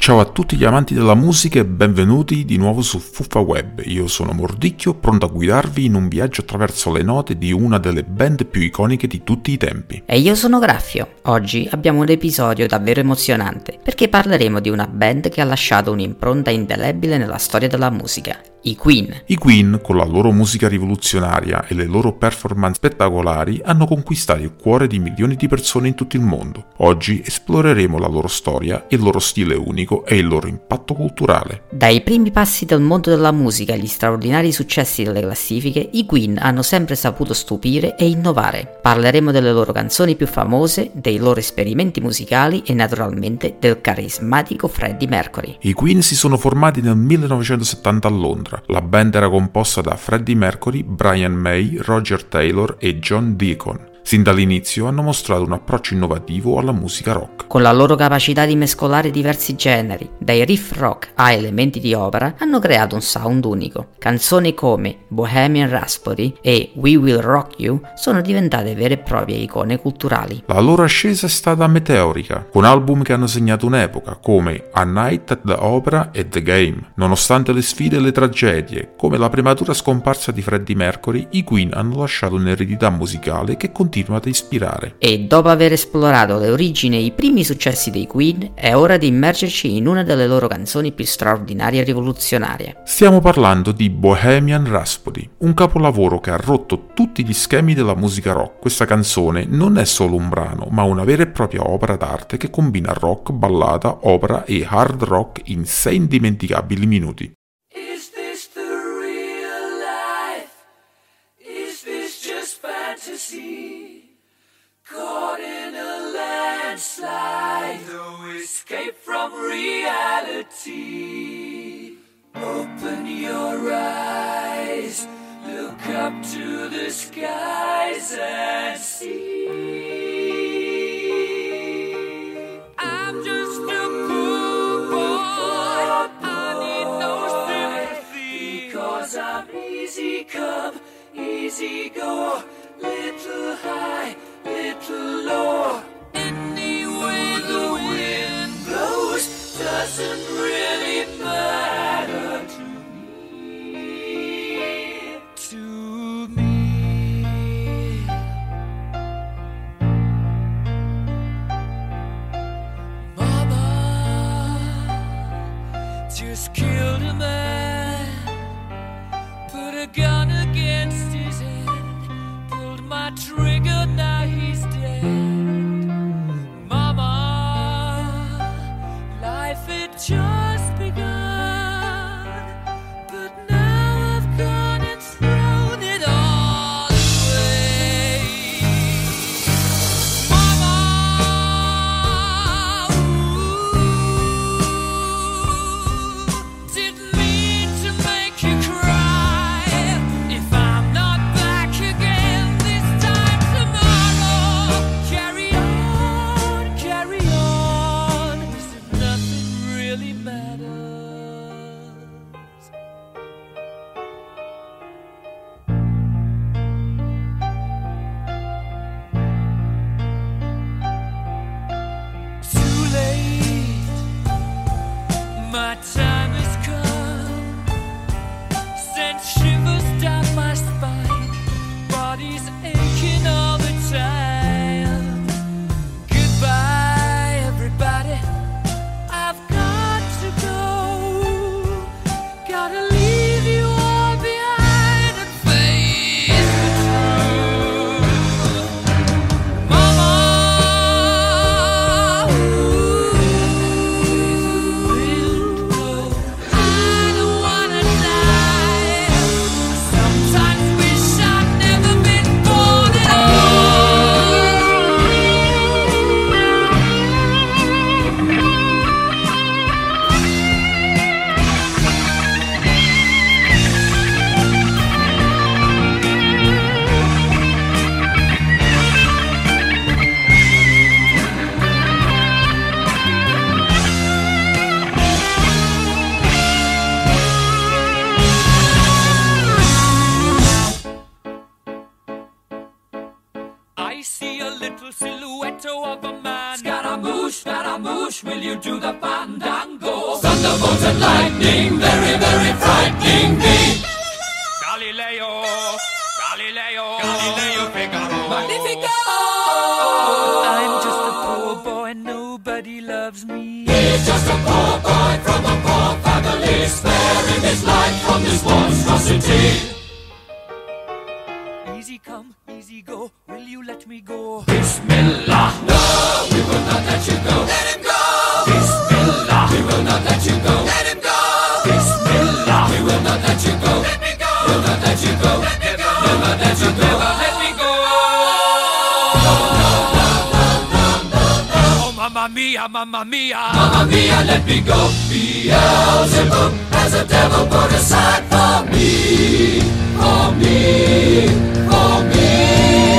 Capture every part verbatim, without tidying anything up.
Ciao a tutti gli amanti della musica e benvenuti di nuovo su Fuffa Web. Io sono Mordicchio, pronto a guidarvi in un viaggio attraverso le note di una delle band più iconiche di tutti i tempi. E io sono Graffio. Oggi abbiamo un episodio davvero emozionante, perché parleremo di una band che ha lasciato un'impronta indelebile nella storia della musica. I Queen. I Queen, con la loro musica rivoluzionaria e le loro performance spettacolari, hanno conquistato il cuore di milioni di persone in tutto il mondo. Oggi esploreremo la loro storia, il loro stile unico e il loro impatto culturale. Dai primi passi del mondo della musica agli straordinari successi delle classifiche, i Queen hanno sempre saputo stupire e innovare. Parleremo delle loro canzoni più famose, dei loro esperimenti musicali e naturalmente del carismatico Freddie Mercury. I Queen si sono formati nel millenovecentosettanta a Londra. La band era composta da Freddie Mercury, Brian May, Roger Taylor e John Deacon. Sin dall'inizio hanno mostrato un approccio innovativo alla musica rock. Con la loro capacità di mescolare diversi generi, dai riff rock a elementi di opera, hanno creato un sound unico. Canzoni come Bohemian Rhapsody e We Will Rock You sono diventate vere e proprie icone culturali. La loro ascesa è stata meteorica, con album che hanno segnato un'epoca come A Night at the Opera e The Game. Nonostante le sfide e le tragedie, come la prematura scomparsa di Freddie Mercury, i Queen hanno lasciato un'eredità musicale che continua ad ispirare. E dopo aver esplorato le origini e i primi successi dei Queen, è ora di immergerci in una delle loro canzoni più straordinarie e rivoluzionarie. Stiamo parlando di Bohemian Rhapsody, un capolavoro che ha rotto tutti gli schemi della musica rock. Questa canzone non è solo un brano, ma una vera e propria opera d'arte che combina rock, ballata, opera e hard rock in sei indimenticabili minuti. Is this the real life? Is this just fantasy? Caught in a landslide, no escape from reality. Open your eyes, look up to the skies and see. I'm just a poor boy, I need no sympathy, because I'm easy come, easy go, little high, little low. Any way the wind blows doesn't really matter to me. To me. Mama just killed a man, put a gun against his head, pulled my trigger, now he's dead. Mama, life had just begun, but now I've gone and thrown it all away. Mama, ooh, didn't mean to make you cry. If I'm not back again this time tomorrow, carry on, carry on, as if nothing really matters. Too late, my time has come, sent shivers down my spine, body's aching all the time. Goodbye, everybody, I've got to go, gotta leave you all behind and face the truth. Mama, ooh, wind blows which will you do the fandango? Thunderbolt and lightning, very, very frightening me. Galileo, Galileo, Galileo Figaro. Magnifico! I'm just a poor boy, nobody loves me. He's just a poor boy from a poor family, sparing his life from this monstrosity. Easy come, easy go, will you let me go? Bismillah, no, we will not let you go. Let him go! Bismillah, we will not let you go. Let him go! Bismillah, we will not let you go. Let me go! We'll not let you go. Let me go! We'll not let you go. Never let me go! No, no, no, no, no, no, no. Oh, mamma mia, mamma mia, mamma mia, let me go. Beelzebub has a devil put aside for me, for me, for me.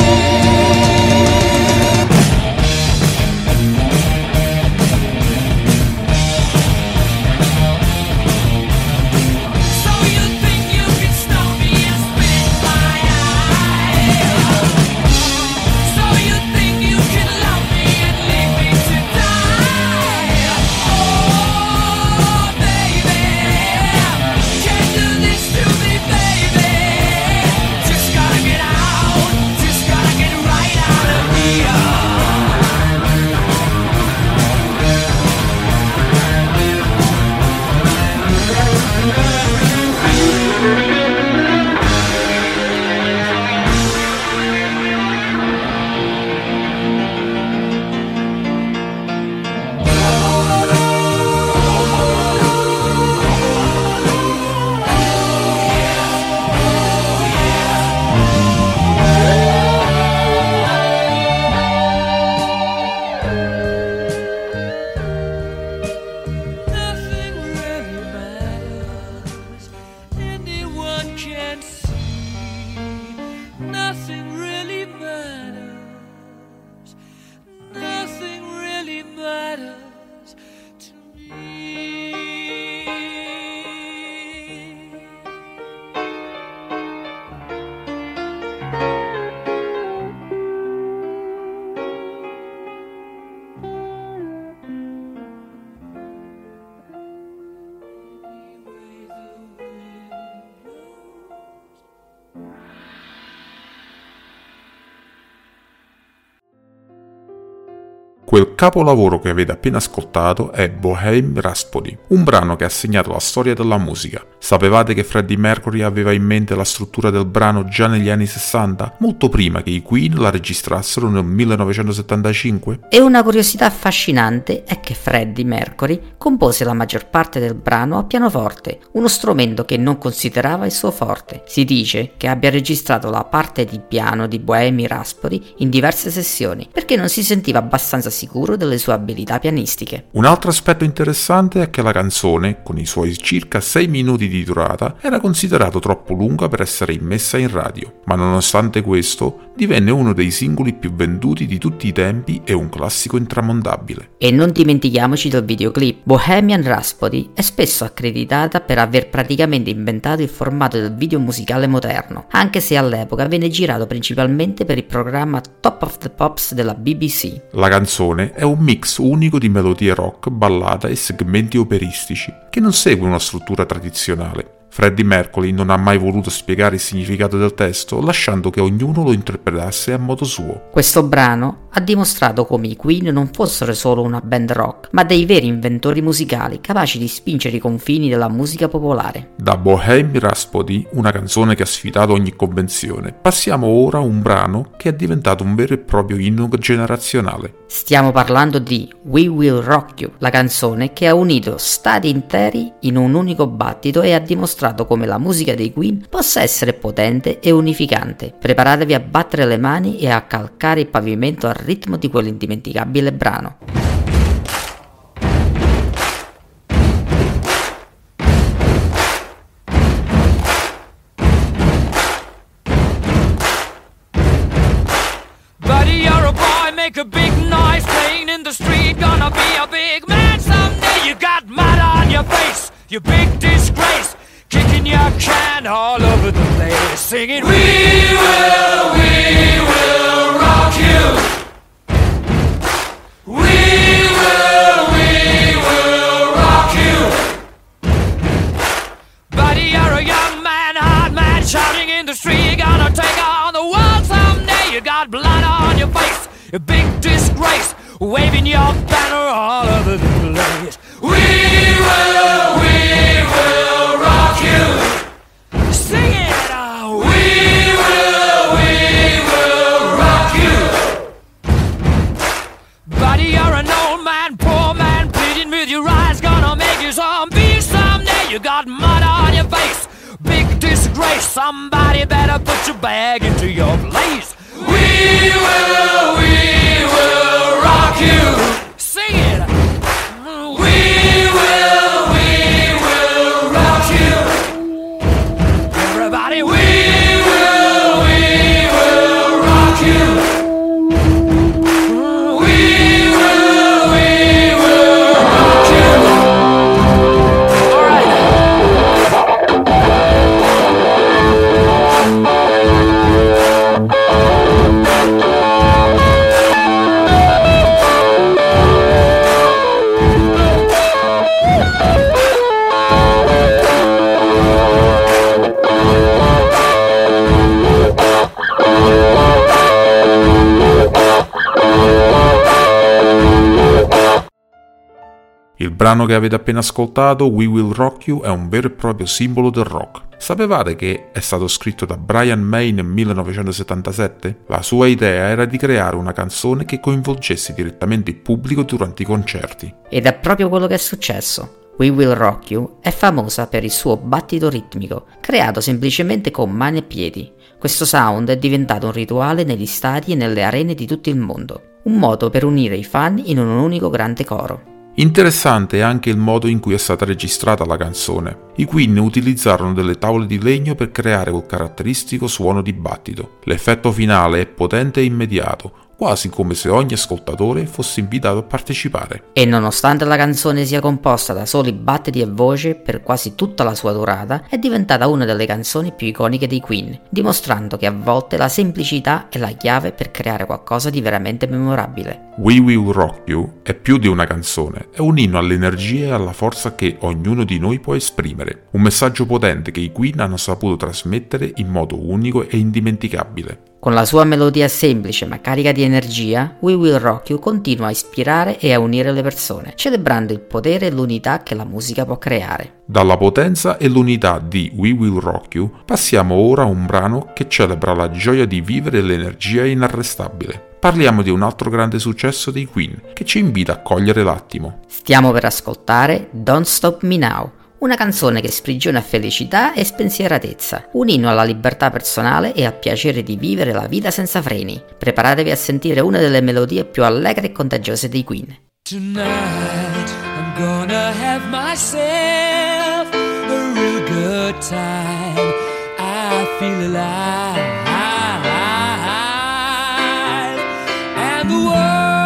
Quel capolavoro che avete appena ascoltato è Bohemian Rhapsody, un brano che ha segnato la storia della musica. Sapevate che Freddie Mercury aveva in mente la struttura del brano già negli anni sessanta, molto prima che i Queen la registrassero nel millenovecentosettantacinque? E una curiosità affascinante è che Freddie Mercury compose la maggior parte del brano a pianoforte, uno strumento che non considerava il suo forte. Si dice che abbia registrato la parte di piano di Bohemian Rhapsody in diverse sessioni, perché non si sentiva abbastanza sicuro delle sue abilità pianistiche. Un altro aspetto interessante è che la canzone, con i suoi circa sei minuti di durata, era considerato troppo lunga per essere immessa in radio, ma nonostante questo divenne uno dei singoli più venduti di tutti i tempi e un classico intramondabile. E non dimentichiamoci del videoclip. Bohemian Rhapsody è spesso accreditata per aver praticamente inventato il formato del video musicale moderno, anche se all'epoca venne girato principalmente per il programma Top of the Pops della B B C. La canzone è un mix unico di melodie rock, ballata e segmenti operistici, che non segue una struttura tradizionale. Freddie Mercury non ha mai voluto spiegare il significato del testo, lasciando che ognuno lo interpretasse a modo suo. Questo brano ha dimostrato come i Queen non fossero solo una band rock, ma dei veri inventori musicali capaci di spingere i confini della musica popolare. Da Bohemian Rhapsody, una canzone che ha sfidato ogni convenzione, passiamo ora a un brano che è diventato un vero e proprio inno generazionale. Stiamo parlando di We Will Rock You, la canzone che ha unito stati interi in un unico battito e ha dimostrato come la musica dei Queen possa essere potente e unificante. Preparatevi a battere le mani e a calcare il pavimento al ritmo di quell'indimenticabile brano. Buddy, you're a boy, make a big noise playing in the street, gonna be a big man someday. You got mud on your face, you big disgrace, kicking your can all over the place, singing, We will, we will rock you. We will, we a big disgrace, waving your banner all over the place. We will, we will rock you. Sing it out. We will, we will rock you. Buddy, you're an old man, poor man, pleading with your eyes, gonna make you zombie someday. You got mud on your face, big disgrace. Somebody better put your bag into your place. We will, we will rock you. Sing it. We will, we will rock you. Everybody, we will, we will rock you. We will, we will rock you. All right. Il brano che avete appena ascoltato, We Will Rock You, è un vero e proprio simbolo del rock. Sapevate che è stato scritto da Brian May nel millenovecentosettantasette? La sua idea era di creare una canzone che coinvolgesse direttamente il pubblico durante i concerti. Ed è proprio quello che è successo. We Will Rock You è famosa per il suo battito ritmico, creato semplicemente con mani e piedi. Questo sound è diventato un rituale negli stadi e nelle arene di tutto il mondo, un modo per unire i fan in un unico grande coro. Interessante è anche il modo in cui è stata registrata la canzone. I Queen utilizzarono delle tavole di legno per creare quel caratteristico suono di battito. L'effetto finale è potente e immediato, quasi come se ogni ascoltatore fosse invitato a partecipare. E nonostante la canzone sia composta da soli battiti e voce per quasi tutta la sua durata, è diventata una delle canzoni più iconiche dei Queen, dimostrando che a volte la semplicità è la chiave per creare qualcosa di veramente memorabile. We Will Rock You è più di una canzone, è un inno all'energia e alla forza che ognuno di noi può esprimere, un messaggio potente che i Queen hanno saputo trasmettere in modo unico e indimenticabile. Con la sua melodia semplice ma carica di energia, We Will Rock You continua a ispirare e a unire le persone, celebrando il potere e l'unità che la musica può creare. Dalla potenza e l'unità di We Will Rock You passiamo ora a un brano che celebra la gioia di vivere e l'energia inarrestabile. Parliamo di un altro grande successo dei Queen che ci invita a cogliere l'attimo. Stiamo per ascoltare Don't Stop Me Now, una canzone che sprigiona felicità e spensieratezza, un inno alla libertà personale e al piacere di vivere la vita senza freni. Preparatevi a sentire una delle melodie più allegre e contagiose dei Queen. Tonight I'm gonna have myself a real good time. I feel alive, and the world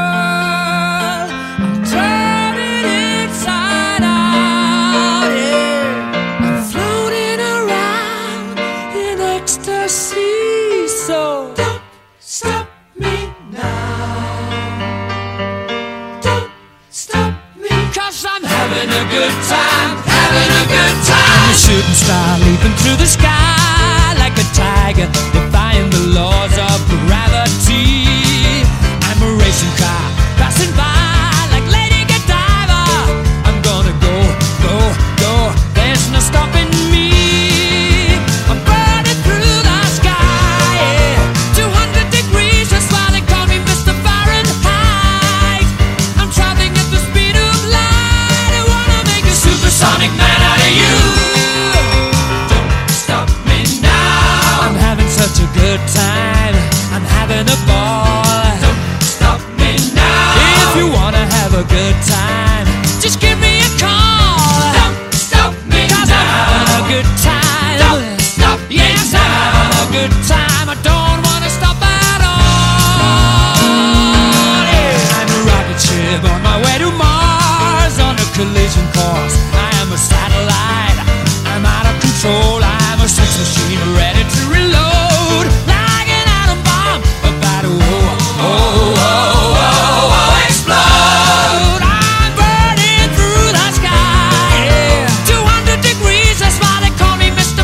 I'm turning inside out. Yeah, I'm floating around in ecstasy. So don't stop me now. Don't stop me, 'cause I'm having a good time, having a good time. I'm a shooting star leaping through the sky like a tiger, defying the laws of gravity. I'm a racing car passing by like Lady Godiva. I'm gonna go, go, go, there's no stopping me. I'm burning through the sky, yeah. two hundred degrees, that's why they call me Mister Fahrenheit. I'm traveling at the speed of light. I wanna make a supersonic man out of you. Don't stop me now. I'm having such a good time, I'm having a ball. Don't stop me now. If you wanna have a good time, just give me a call. Don't stop me 'cause now. I'm having a good time. Don't stop me yes, now. I'm having a good time. I don't wanna stop at all. Yeah. I'm a rocket ship on my way to Mars on a collision course. I am a satellite. I'm out of control. I'm a sex machine ready to reload like an atom bomb about to oh, oh, oh, oh, oh, explode. I'm burning through the sky, yeah. two hundred degrees, that's why they call me Mister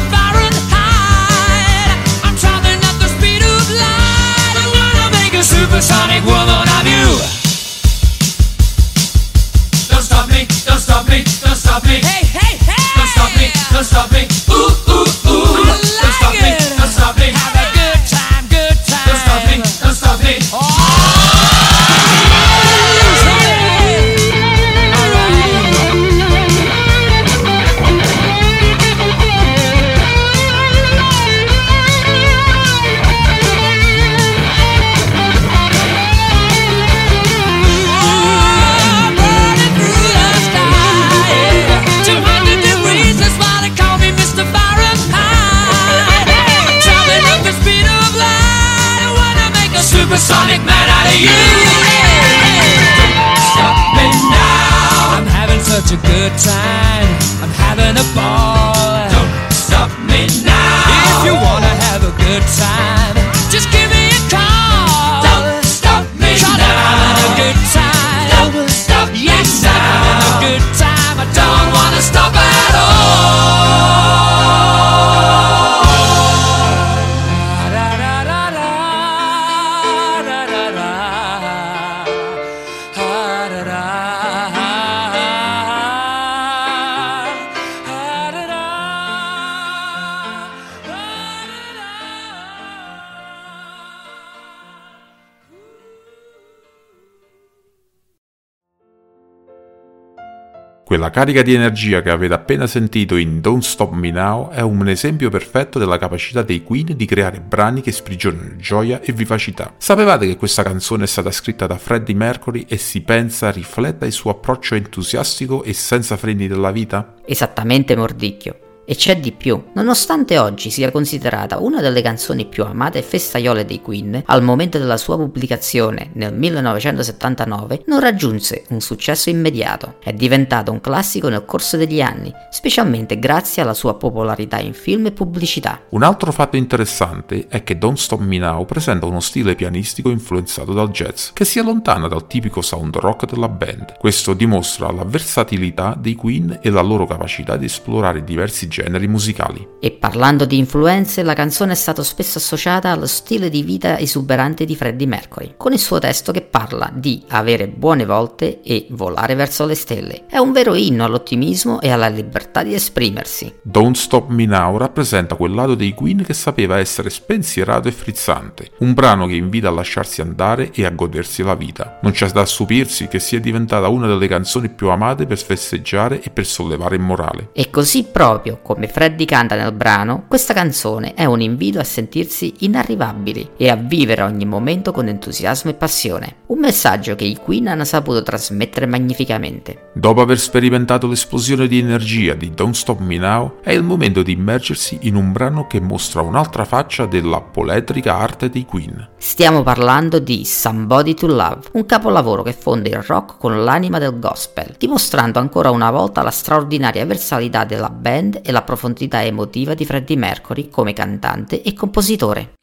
Fahrenheit. I'm traveling at the speed of light. I'm gonna make a supersonic woman stop me, don't stop me. Hey, hey, hey. Don't stop me, don't stop me. Ooh, ooh, ooh. Don't stop me, don't stop me. Have a good time, good time. Don't stop me, don't stop me. Oh. Supersonic man out of you. Stop me now. I'm having such a good time. I'm having a ball. Don't stop me now. If you wanna have a good time, just give me a call. Don't stop me now. I'm having a good time. Don't stop me now. Yes, I'm having a good time. I don't wanna stop at all. Quella carica di energia che avete appena sentito in Don't Stop Me Now è un esempio perfetto della capacità dei Queen di creare brani che sprigionano gioia e vivacità. Sapevate che questa canzone è stata scritta da Freddie Mercury e si pensa rifletta il suo approccio entusiastico e senza freni della vita? Esattamente, Mordicchio. E c'è di più, nonostante oggi sia considerata una delle canzoni più amate e festaiole dei Queen, al momento della sua pubblicazione nel millenovecentosettantanove non raggiunse un successo immediato. È diventato un classico nel corso degli anni, specialmente grazie alla sua popolarità in film e pubblicità. Un altro fatto interessante è che Don't Stop Me Now presenta uno stile pianistico influenzato dal jazz, che si allontana dal tipico sound rock della band. Questo dimostra la versatilità dei Queen e la loro capacità di esplorare diversi generi musicali. E parlando di influenze, la canzone è stata spesso associata allo stile di vita esuberante di Freddie Mercury, con il suo testo che parla di avere buone volte e volare verso le stelle. È un vero inno all'ottimismo e alla libertà di esprimersi. Don't Stop Me Now rappresenta quel lato dei Queen che sapeva essere spensierato e frizzante, un brano che invita a lasciarsi andare e a godersi la vita. Non c'è da stupirsi che sia diventata una delle canzoni più amate per festeggiare e per sollevare il morale. E così proprio come Freddie canta nel brano, questa canzone è un invito a sentirsi inarrivabili e a vivere ogni momento con entusiasmo e passione. Un messaggio che i Queen hanno saputo trasmettere magnificamente. Dopo aver sperimentato l'esplosione di energia di Don't Stop Me Now, è il momento di immergersi in un brano che mostra un'altra faccia della poliedrica arte dei Queen. Stiamo parlando di Somebody to Love, un capolavoro che fonde il rock con l'anima del gospel, dimostrando ancora una volta la straordinaria versatilità della band e la profondità emotiva di Freddie Mercury come cantante e compositore.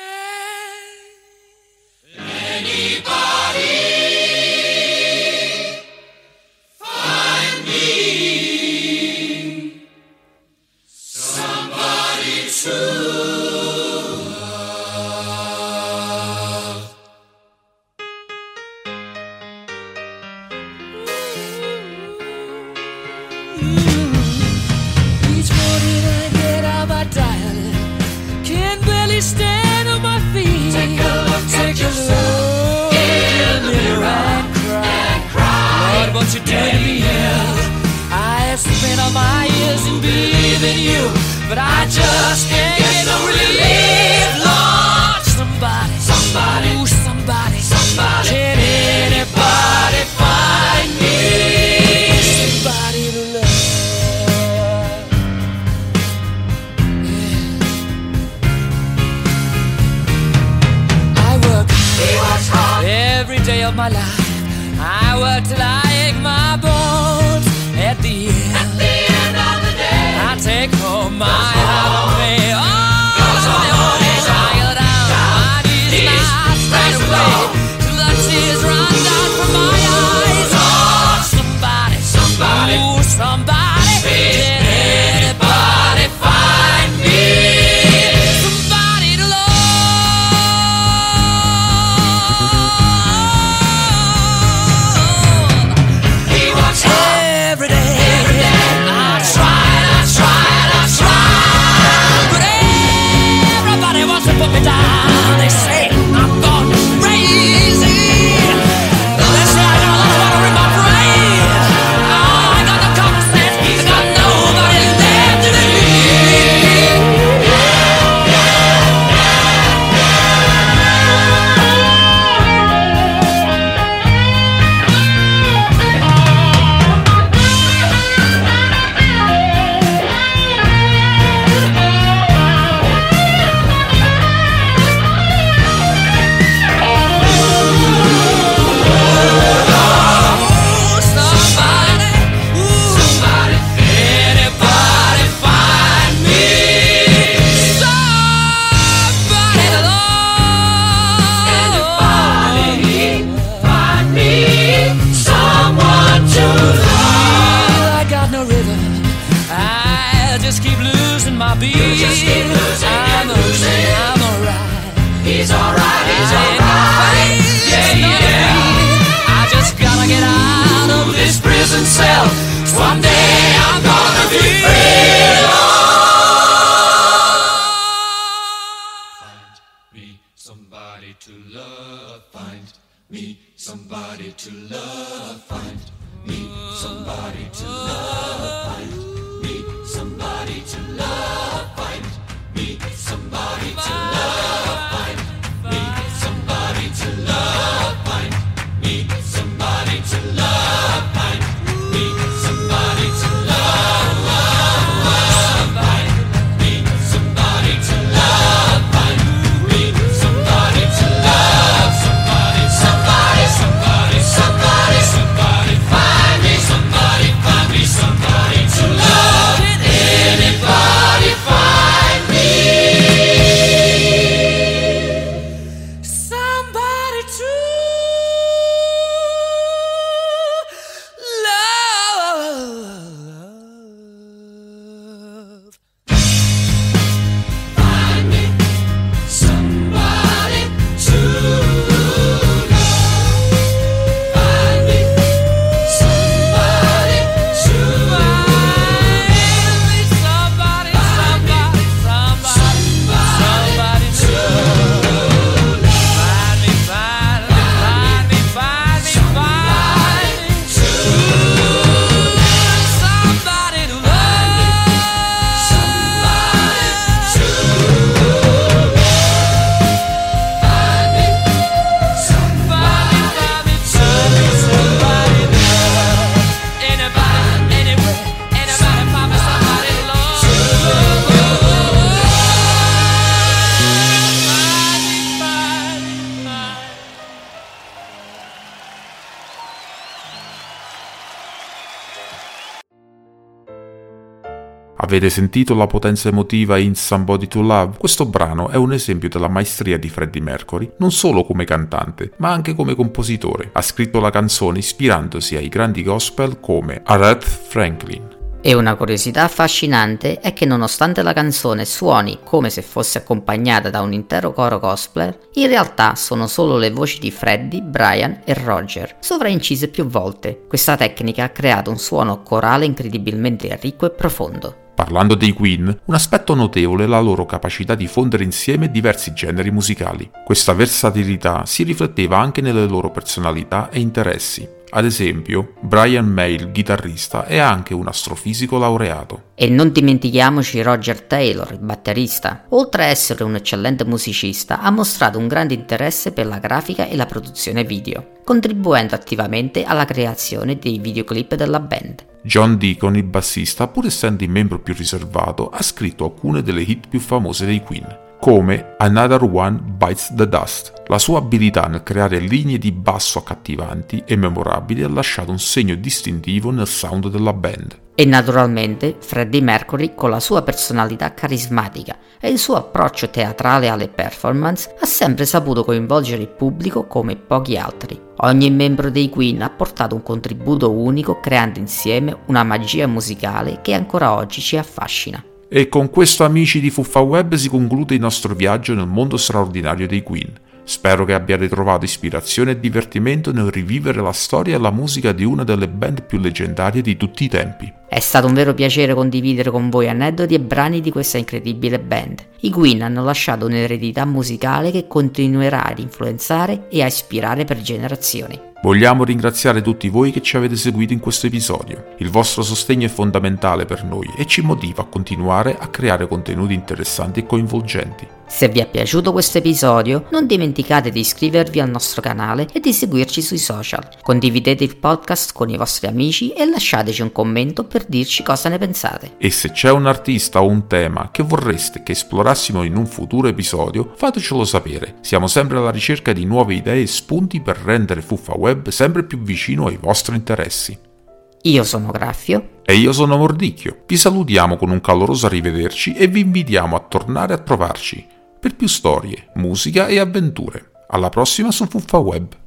Stand on my feet. Take a look at yourself in the mirror and cry. cry. Lord, what you doing to me? I have spent all my years in believing you, but I just can't get no relief. Lord, somebody, somebody, ooh, somebody, somebody. Can anybody find me somebody to love? Every day of my life, I work till I ache my bones. At the end, At the end of the day, I take home my heart of me. Oh, tired out, my knees not straight away, till the tears run down from my eyes. Oh, somebody, somebody, ooh, somebody, can anybody find me somebody to love? Every day myself. Someday I'm gonna be free. Find me somebody to love. Find me somebody to love. Find me somebody to love. Find me somebody to love. Find me somebody to love. Find me somebody to love. Find me somebody to love. Find me somebody to love. Find me somebody to love. Find me somebody to love. Somebody, somebody, somebody, somebody, somebody. Find me somebody, find me somebody to love. Anybody find me somebody to love. Find me somebody to love. Find me somebody to love. Somebody, somebody, somebody, somebody to love. Find me, find me, find me, find me, find me to love. Somebody to love. Somebody to love. Find me somebody, find me, find me somebody to love. Anybody, anywhere, anybody find me somebody to love. Find me, find me, find me. Avete sentito la potenza emotiva in Somebody to Love? Questo brano è un esempio della maestria di Freddie Mercury, non solo come cantante, ma anche come compositore. Ha scritto la canzone ispirandosi ai grandi gospel come Aretha Franklin. E una curiosità affascinante è che nonostante la canzone suoni come se fosse accompagnata da un intero coro gospel, in realtà sono solo le voci di Freddie, Brian e Roger, sovraincise più volte. Questa tecnica ha creato un suono corale incredibilmente ricco e profondo. Parlando dei Queen, un aspetto notevole è la loro capacità di fondere insieme diversi generi musicali. Questa versatilità si rifletteva anche nelle loro personalità e interessi. Ad esempio, Brian May, il chitarrista, è anche un astrofisico laureato. E non dimentichiamoci Roger Taylor, il batterista. Oltre a essere un eccellente musicista, ha mostrato un grande interesse per la grafica e la produzione video, contribuendo attivamente alla creazione dei videoclip della band. John Deacon, il bassista, pur essendo il membro più riservato, ha scritto alcune delle hit più famose dei Queen, come Another One Bites the Dust. La sua abilità nel creare linee di basso accattivanti e memorabili ha lasciato un segno distintivo nel sound della band. E naturalmente Freddie Mercury, con la sua personalità carismatica e il suo approccio teatrale alle performance, ha sempre saputo coinvolgere il pubblico come pochi altri. Ogni membro dei Queen ha portato un contributo unico, creando insieme una magia musicale che ancora oggi ci affascina. E con questo, amici di Fuffa Web, si conclude il nostro viaggio nel mondo straordinario dei Queen. Spero che abbiate trovato ispirazione e divertimento nel rivivere la storia e la musica di una delle band più leggendarie di tutti i tempi. È stato un vero piacere condividere con voi aneddoti e brani di questa incredibile band. I Queen hanno lasciato un'eredità musicale che continuerà ad influenzare e a ispirare per generazioni. Vogliamo ringraziare tutti voi che ci avete seguito in questo episodio. Il vostro sostegno è fondamentale per noi e ci motiva a continuare a creare contenuti interessanti e coinvolgenti. Se vi è piaciuto questo episodio, non dimenticate di iscrivervi al nostro canale e di seguirci sui social. Condividete il podcast con i vostri amici e lasciateci un commento per dirci cosa ne pensate. E se c'è un artista o un tema che vorreste che esplorassimo in un futuro episodio, fatecelo sapere. Siamo sempre alla ricerca di nuove idee e spunti per rendere Fuffa Web sempre più vicino ai vostri interessi. Io sono Graffio. E io sono Mordicchio. Vi salutiamo con un caloroso arrivederci e vi invitiamo a tornare a trovarci per più storie, musica e avventure. Alla prossima su Fuffa Web.